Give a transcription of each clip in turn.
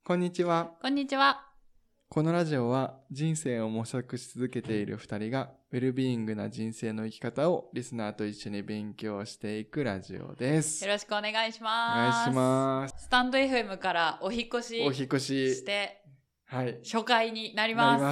こんにちは。 こんにちは。 このラジオは人生を模索し続けている2人がウェルビーイングな人生の生き方をリスナーと一緒に勉強していくラジオです。 よろしくお願いしおます。 願いします。 スタンド FM からお引越しして、 はい、 初回になります。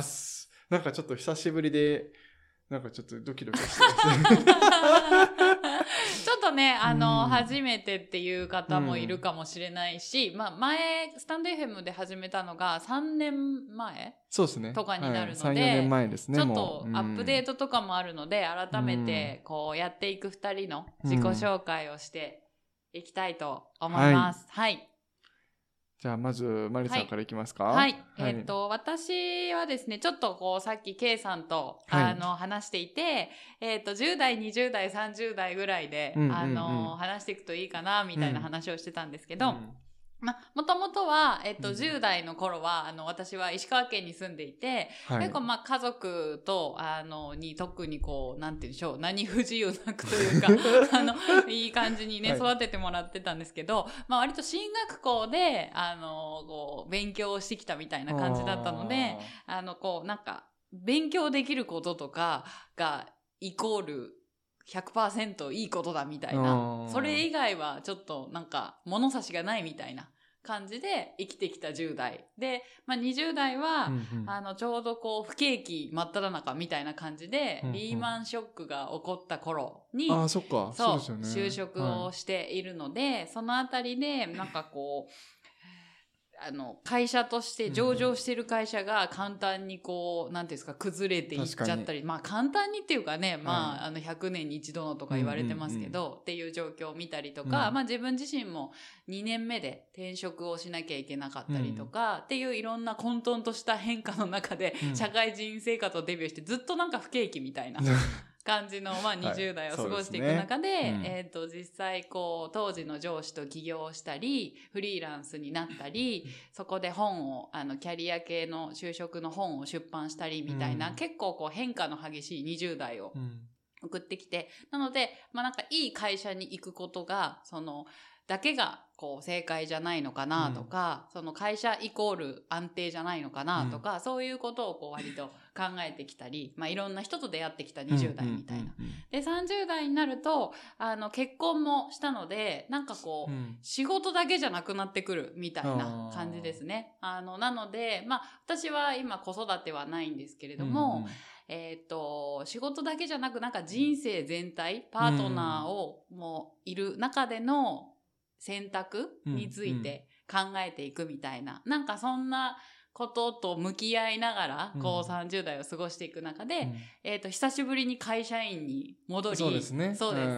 なんかちょっと久しぶりで、なんかちょっとドキドキしてます。 ちょっとね、初めてっていう方もいるかもしれないし、前、スタンド FM で始めたのが3年前そうですね。 とかになるので、 3、4年前ですね。 ちょっとアップデートとかもあるので、改めてこうやっていく2人の自己紹介をしていきたいと思います。はい。 じゃあまずマリさんからいきますか。 はい。私はですね、ちょっとこうさっき K さんと、話していて、10代、20代、30代ぐらいで、話していくといいかなみたいな話をしてたんですけど、もともとは、10代の頃は、私は石川県に住んでいて、結構家族と、に特にこう、なんていうんでしょう、何不自由なくというか、いい感じにね、育ててもらってたんですけど、割と進学校で、こう、勉強してきたみたいな感じだったので、こう、なんか、勉強できることとかが、イコール、100% いいことだみたいな。それ以外はちょっとなんか物差しがないみたいな感じで生きてきた10代。で、20代は、ちょうどこう不景気真っ只中みたいな感じで、リーマンショックが起こった頃に、 そうですよね。 就職をしているので、そのあたりでなんかこう、会社として上場してる会社が簡単にこう、なんていうんですか、崩れていっちゃったり、簡単にっていうかね、100年に一度のとか言われてますけど、っていう状況を見たりとか、自分自身も2年目で転職をしなきゃいけなかったりとか、っていういろんな混沌とした変化の中で、社会人生活をデビューしてずっとなんか不景気みたいな。感じの、20代を過ごしていく中で、実際こう、当時の上司と起業したり、フリーランスになったり、そこで本を、キャリア系の就職の本を出版したりみたいな、結構こう変化の激しい20代を送ってきて、なので、なんかいい会社に行くことが、だけがこう正解じゃないのかなとか、その会社イコール安定じゃないのかなとか、そういうことをこう割と考えてきたり、いろんな人と出会ってきた20代みたいな。で、30代になると、結婚もしたので、なんかこう、仕事だけじゃなくなってくるみたいな感じですね。なので、私は今子育てはないんですけれども、仕事だけじゃなくなんか人生全体、パートナーをもういる中での選択について考えていくみたいな、なんかそんなことと向き合いながら、こう30代を過ごしていく中で、久しぶりに会社員に戻り、 そうですね。 そうです。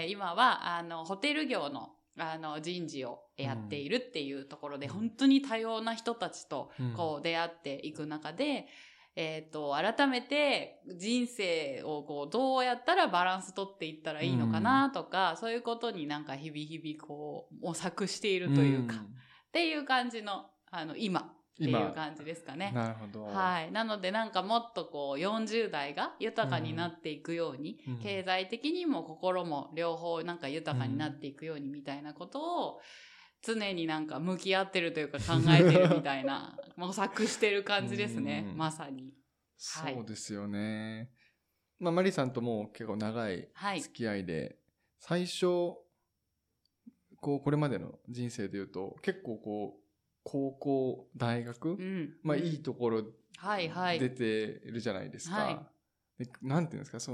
今は、ホテル業の人事をやっているっていうところで、本当に多様な人たちとこう出会っていく中で、改めて人生をこうどうやったらバランス取っていったらいいのかなとか、そういうことになんか日々日々こう模索しているというか、っていう感じの今っていう感じですかね。 なるほど。 はい。なのでなんかもっとこう40代が豊かになっていくように、経済的にも心も両方なんか豊かになっていくようにみたいなことを常になんか向き合ってるというか考えてるみたいな模索してる感じですね。まさに。 そうですよね。マリさんとも結構長い付き合いで、最初これまでの人生でいうと結構こう高校大学、いいところ出てるじゃないですか。でなんていうんですか、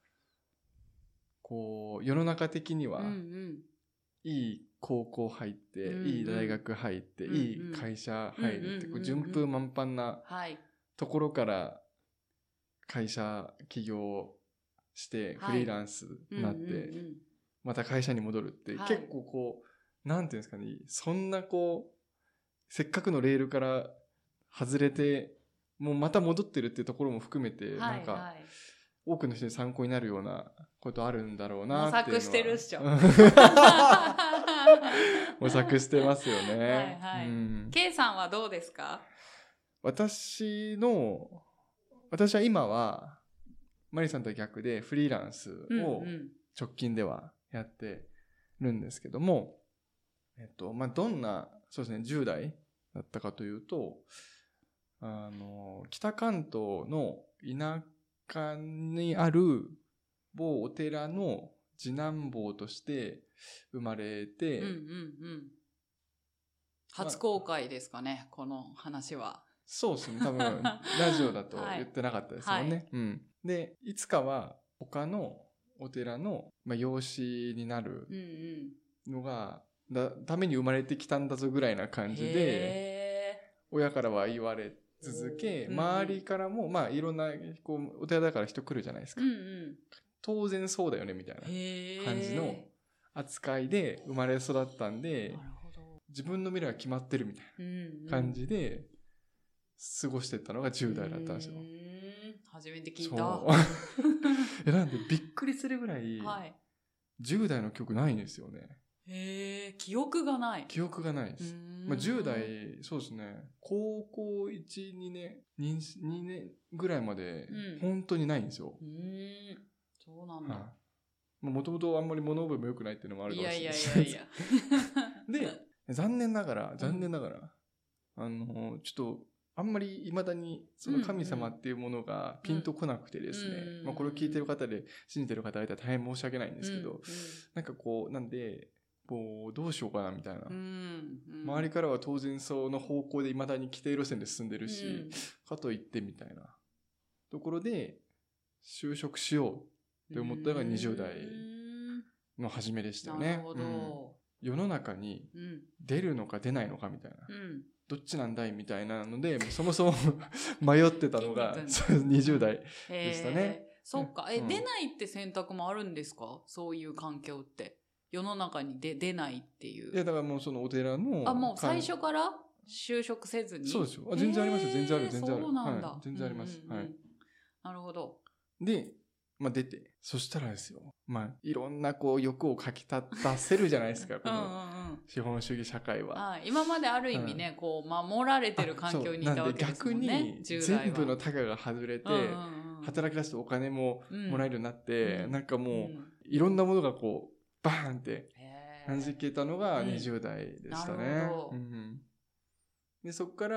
こう世の中的には、いい高校入って、いい大学入って、いい会社入るって、順風満帆なところから会社起業してフリーランスになって、また会社に戻るって、結構こうなんていうんですかね、そんなこうせっかくのレールから外れてもうまた戻ってるっていうところも含めて、なんか多くの人に参考になるようなことあるんだろうなっていうのは。 模索してるっしょ。 模索してますよね。 K さんはどうですか？ 私は今はマリさんとは逆でフリーランスを直近ではやってるんですけども、どんなそうですね10代だったかというと、北関東の田舎にある某お寺の次男坊として生まれて、 初公開ですかね、この話は。 そうですね、多分ラジオだと言ってなかったですもんね。で、いつかは他のお寺の、養子になるのが、ために生まれてきたんだぞぐらいな感じで、親からは言われ続け、周りからも、いろんな、お寺だから人来るじゃないですか。当然そうだよね、みたいな感じの扱いで生まれ育ったんで、自分の未来は決まってるみたいな感じで過ごしてったのが10代だったんですよ。 初めて聞いた。 なんでびっくりするぐらい、10代の記憶ないんですよね。 記憶がない。 記憶がないです。10代、そうですね、高校1、2年ぐらいまで本当にないんですよ。 そうなんだ。 もともとあんまり物覚えも良くないっていうのもあるかもしれない。で、残念ながら、ちょっと、あんまり未だにその神様っていうものがピンとこなくてですね、これを聞いてる方で信じてる方がいたら大変申し訳ないんですけど、なんで、どうしようかなみたいな。周りからは当然その方向で未だに規定路線で進んでるし、かといってみたいなところで就職しようって思ったのが20代の初めでしたよね。なるほど。世の中に出るのか出ないのかみたいな。どっちなんだいみたいなので、そもそも迷ってたのが20代でしたね。 そっか。出ないって選択もあるんですか？そういう環境って。世の中に出ないっていう。 いや、だからもうそのお寺の。 もう最初から就職せずに？ そうですよ。全然ありますよ。全然ある、全然ある。 そうなんだ。 全然あります。 なるほど。 で、出て、そしたらですよ。いろんな欲をかき立たせるじゃないですか、この資本主義社会は。 今まである意味ね、守られてる環境にいたわけですもんね。 なんで逆に全部のタガが外れて、働き出すとお金ももらえるようになって、もう、いろんなものがバーンって弾けたのが20代でしたね。で、そこから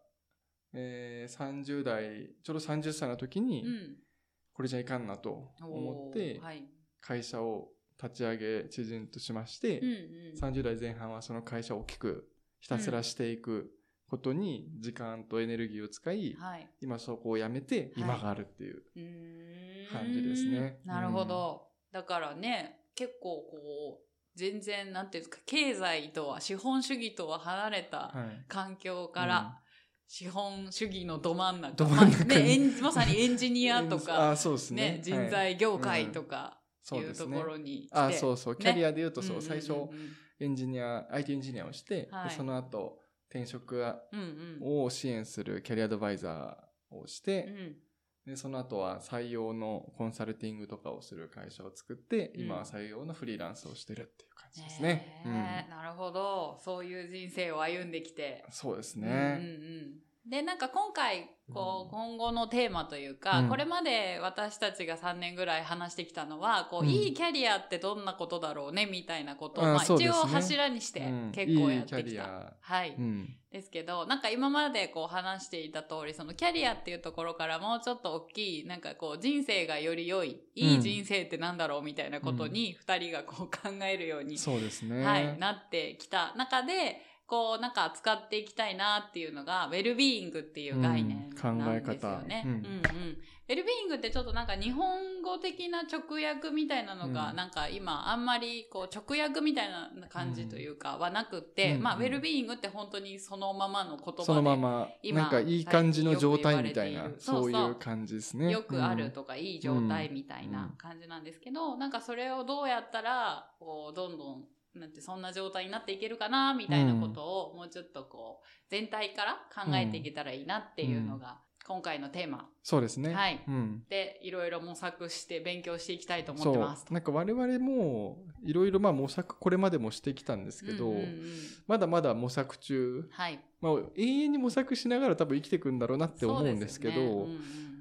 、30代、ちょうど30歳の時に、これじゃいかんなと思って、会社を立ち上げ、知人としまして、30代前半はその会社を大きくひたすらしていくことに時間とエネルギーを使い、今そこをやめて今があるっていう感じですね。 なるほど。だからね、結構全然、なんていうんですか、経済とは、資本主義とは離れた環境から、資本主義のど真ん中。まさにエンジニアとか、人材業界とか、いうところに来て。 そうそう。キャリアで言うと最初、IT エンジニアをして、その後、転職を支援するキャリアアドバイザーをして、で、その後は採用のコンサルティングとかをする会社を作って、今は採用のフリーランスをしてるっていう感じですね。 なるほど。そういう人生を歩んできて。 そうですね。 で、今回、今後のテーマというか、これまで私たちが3年ぐらい話してきたのは、いいキャリアってどんなことだろうね、みたいなことを、一応柱にして結構やってきた。ですけど、今まで話していた通り、そのキャリアっていうところからもうちょっと大きい、人生がより良い、いい人生ってなんだろうみたいなことに、二人が考えるように、なってきた中で、扱っていきたいなっていうのが、ウェルビーイングっていう概念なんですよね。ウェルビーイングってちょっと日本語的な直訳みたいなのが、今あんまり直訳みたいな感じというかはなくって、ウェルビーイングって本当にそのままの言葉で。 そのまま、いい感じの状態みたいな、そういう感じですね。 よくあるとか、いい状態みたいな感じなんですけど、それをどうやったら、どんどん、そんな状態になっていけるかなみたいなことをもうちょっと全体から考えていけたらいいなっていうのが今回のテーマ。 そうですね。 で、いろいろ模索して勉強していきたいと思ってます。 我々もいろいろ模索これまでもしてきたんですけど、まだまだ模索中。永遠に模索しながら多分生きていくんだろうなって思うんですけど、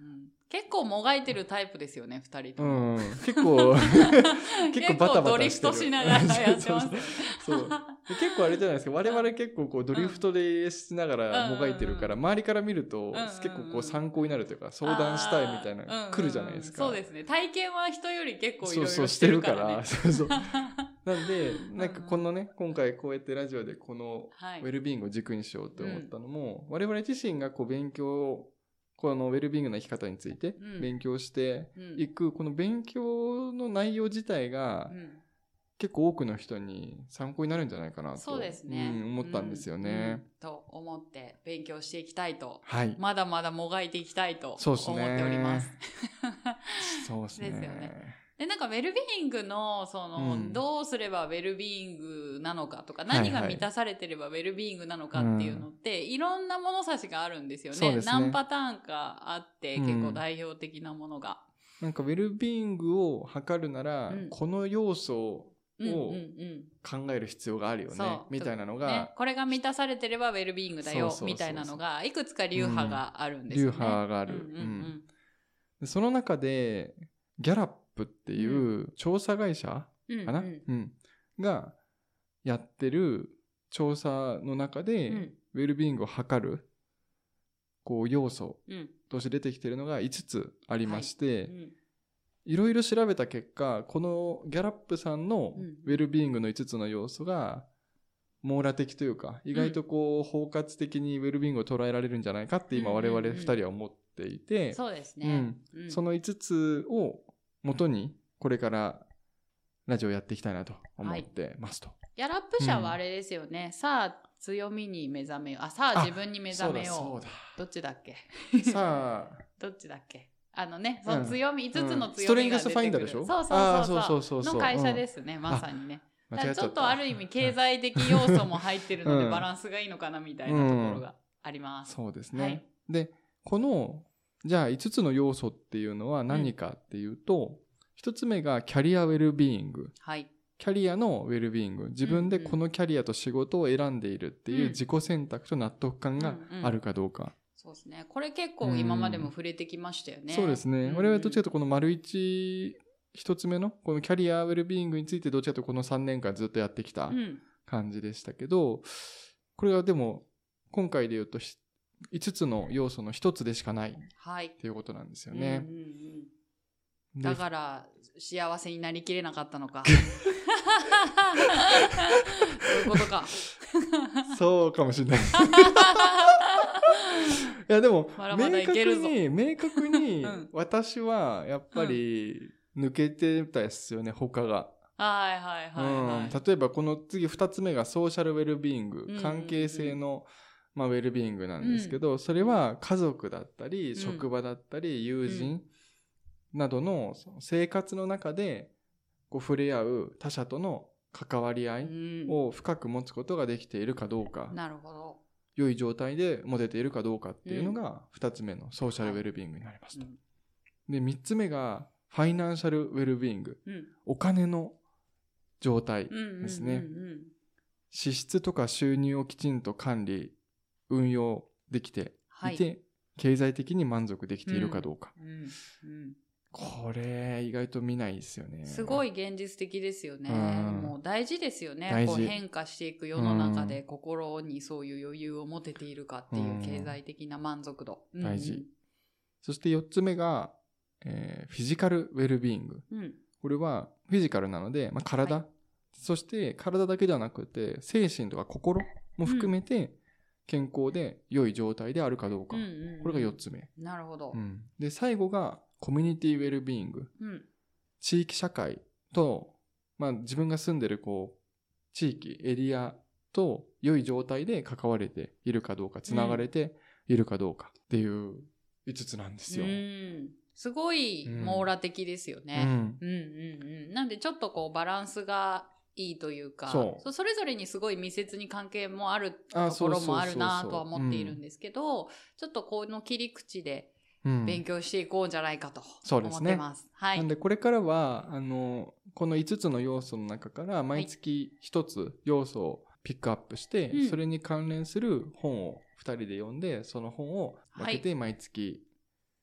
結構もがいてるタイプですよね、2人とも。 結構バタバタしてる。 ドリフトしながらやってます。 そう結構あれじゃないですか、我々結構こうドリフトでしながらもがいてるから、周りから見ると結構こう参考になるというか、相談したいみたいな来るじゃないですか。 そうですね。体験は人より結構いろいろしてるからね。 そうなんで、なんかこのね、今回こうやってラジオでこのウェルビーイングを軸にしようと思ったのも、我々自身がこう勉強、このウェルビーイングの生き方について勉強していく、この勉強の内容自体が結構多くの人に参考になるんじゃないかなと、 そうですね、 思ったんですよね。 と思って勉強していきたいと、 はい、 まだまだもがいていきたいと思っております。 そうですね。 ですよね。で、なんかウェルビーイングの、どうすればウェルビーイングなのかとか、何が満たされてればウェルビーイングなのかっていうのって、いろんな物差しがあるんですよね。そうですね。何パターンかあって、結構代表的なものが。 なんかウェルビーイングを測るなら、この要素を考える必要があるよね、みたいなのが、 ね、これが満たされてればウェルビーイングだよ、みたいなのが、いくつか流派があるんですよね。 流派がある。その中で、ギャラップっていう調査会社かな、がやってる調査の中で、ウェルビーイングを測るこう要素として出てきているのが5つありまして、いろいろ調べた結果、このギャラップさんのウェルビーイングの5つの要素が網羅的というか、意外とこう包括的にウェルビーイングを捉えられるんじゃないかって今我々2人は思っていて、 そうですね。 その5つを元にこれからラジオやっていきたいなと思ってますと。 ギャラップ社はあれですよね。さあ強みに目覚めよう。さあ自分に目覚めよう。 そうだ。 どっちだっけ？ さあどっちだっけ？その強み、5つの強みが出てくる。 ストレングスファインダーでしょ？ そうの会社ですね、まさにね。ちょっとある意味経済的要素も入ってるのでバランスがいいのかなみたいなところがあります。 そうですね。で、このじゃあ5つの要素っていうのは何かっていうと、1つ目がキャリアウェルビーイング。キャリアのウェルビーイング。自分でこのキャリアと仕事を選んでいるっていう自己選択と納得感があるかどうか。 そうですね。これ結構今までも触れてきましたよね。 そうですね。我々どっちかというとこの丸1、一つ目のこのキャリアウェルビーイングについてどっちかというとこの3年間ずっとやってきた感じでしたけど、これはでも今回で言うと5つの要素の1つでしかないっていうことなんですよね。 だから幸せになりきれなかったのか。そういうことか。 そうかもしれない。いやでも明確に私はやっぱり抜けてたですよね、他が。例えばこの次2つ目がソーシャルウェルビーイング、関係性のウェルビーイングなんですけど、それは家族だったり職場だったり友人などの生活の中でこう触れ合う他者との関わり合いを深く持つことができているかどうか、 なるほど、 良い状態で持てているかどうかっていうのが2つ目のソーシャルウェルビーイングになりますと。で3つ目がファイナンシャルウェルビーイング、お金の状態ですね。支出とか収入をきちんと管理運用できていて、経済的に満足できているかどうか。これ意外と見ないですよね。 すごい現実的ですよね。もう大事ですよね。こう変化していく世の中で心にそういう余裕を持てているかっていう経済的な満足度。 大事。そして4つ目が、フィジカルウェルビーイング。これはフィジカルなので、体、そして体だけではなくて精神とか心も含めて健康で良い状態であるかどうか。これが4つ目。 なるほど。 で、最後がコミュニティウェルビーイング、地域社会と、自分が住んでる地域エリアと良い状態で関われているかどうか、つながれているかどうかっていう5つなんですよ。 すごい網羅的ですよね。なんでちょっとバランスがいいというか、それぞれにすごい密接に関係もあるところもあるなとは思っているんですけど、ちょっとこの切り口で勉強していこうじゃないかと思ってます。 なんでこれからはこの5つの要素の中から毎月1つ要素をピックアップして、それに関連する本を2人で読んで、その本を分けて毎月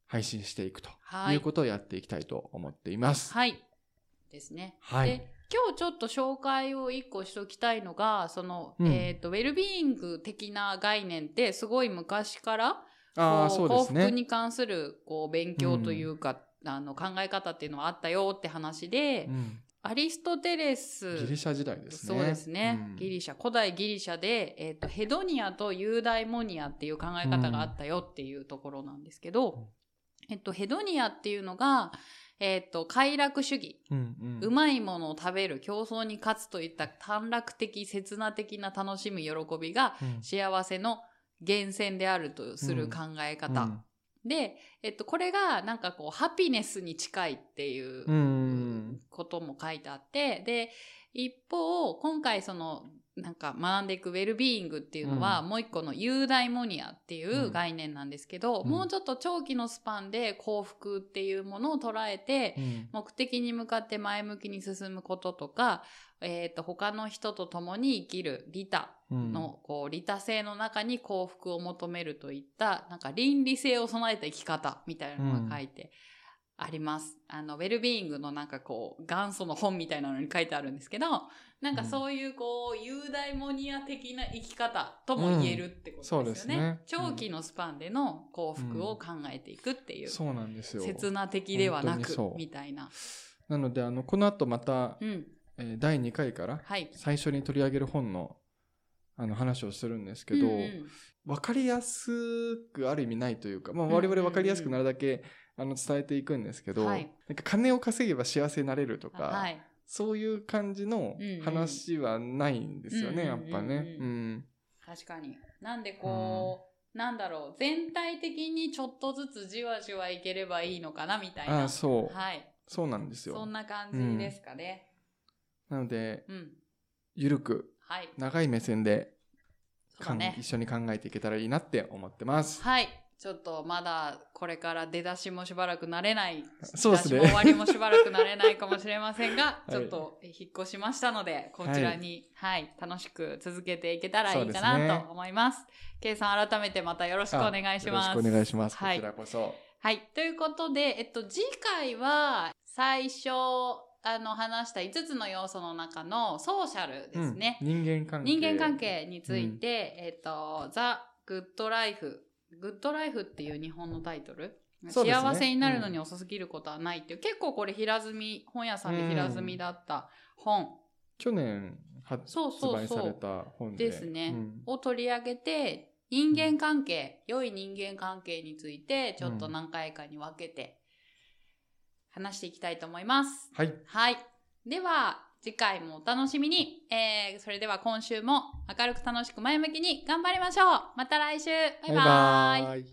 配信していくということをやっていきたいと思っています。 はい。ですね。 はい。 で、今日ちょっと紹介を一個しておきたいのが、その、ウェルビーイング的な概念ってすごい昔から幸福に関する勉強というか、考え方っていうのはあったよって話で、アリストテレス。 ギリシャ時代ですね。 そうですね。古代ギリシャで、ヘドニアとユーダイモニアっていう考え方があったよっていうところなんですけど、ヘドニアっていうのが、快楽主義、うまいものを食べる、競争に勝つといった短絡的、刹那的な楽しむ喜びが幸せの源泉であるとする考え方。で、これがなんかハピネスに近いっていうことも書いてあって、で、一方、今回なんか学んでいくウェルビーイングっていうのは、もう一個のユーダイモニアっていう概念なんですけど、もうちょっと長期のスパンで幸福っていうものを捉えて、目的に向かって前向きに進むこととか、他の人と共に生きる利他の、利他性の中に幸福を求めるといった、なんか倫理性を備えた生き方みたいなのが書いてあります。ウェルビーイングのなんか元祖の本みたいなのに書いてあるんですけど、なんかそういうユーダイモニア的な生き方とも言えるってことですよね。長期のスパンでの幸福を考えていくっていう。 そうなんですよ。 刹那的ではなく、みたいな。 なので、この後また、第2回から最初に取り上げる本の話をするんですけど、分かりやすくある意味ないというか、我々分かりやすくなるだけ伝えていくんですけど、なんか金を稼げば幸せになれるとか、そういう感じの話はないんですよね、やっぱね。 確かに。なんでなんだろう、全体的にちょっとずつじわじわいければいいのかなみたいな。 そう。はい。そうなんですよ。 そんな感じですかね。 なので、ゆるく、長い目線で、一緒に考えていけたらいいなって思ってます。 はい。ちょっとまだこれから出だしもしばらくなれない。 そうですね。 出だしも終わりもしばらくなれないかもしれませんが、ちょっと引っ越しましたので、こちらに、楽しく続けていけたらいいかなと思います。Kさん、改めてまたよろしくお願いします。 よろしくお願いします。こちらこそ。 はい。ということで、次回は最初、話した5つの要素の中のソーシャルですね。 人間関係について、ザ・グッド・ライフ。グッド・ライフっていう日本のタイトル。幸せになるのに遅すぎることはないっていう、結構これ本屋さんで平積みだった本。 去年発売された本で。 ですね。を取り上げて、人間関係、良い人間関係について、ちょっと何回かに分けて、話していきたいと思います。 はい。 はい。では、次回もお楽しみに。それでは今週も明るく楽しく前向きに頑張りましょう。また来週。バイバーイ。